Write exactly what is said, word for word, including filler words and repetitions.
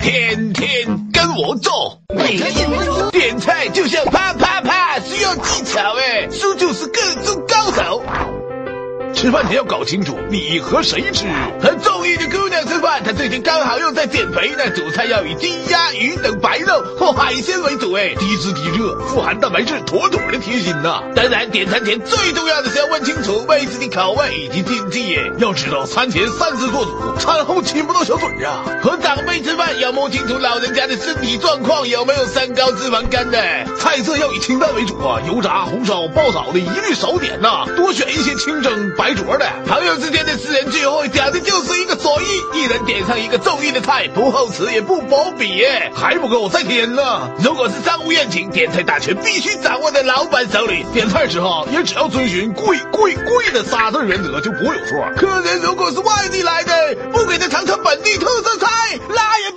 天天跟我做。每个节目点菜就像啪啪啪，需要技巧哎，输就是各种高手。吃饭前要搞清楚你和谁吃。和中意的姑娘吃饭，她最近刚好又在减肥呢。主菜要以鸡鸭鱼等白肉或海鲜为主，哎，低脂低热，富含蛋白质，妥妥的贴心呐。当然，点餐前最重要的是要问清楚为自己口味以及禁忌，哎，要知道餐前三思做主，餐后亲不到小嘴啊。和长辈吃饭要摸清楚老人家的身体状况有没有三高脂肪肝的。菜色要以清淡为主啊，油炸、红烧、爆炒的一律少点呐，多选一些清蒸、白灼的。朋友之间的私人聚会讲的就是一个所意，一人点上一个中意的菜，不厚此也不薄彼耶，还不够再添呢。如果是商务宴请，点菜大权必须掌握在老板手里，点菜时候也只要遵循贵贵贵的仨字原则就不会有错。客人如果是外地来的，不给他尝尝本地特色菜，那也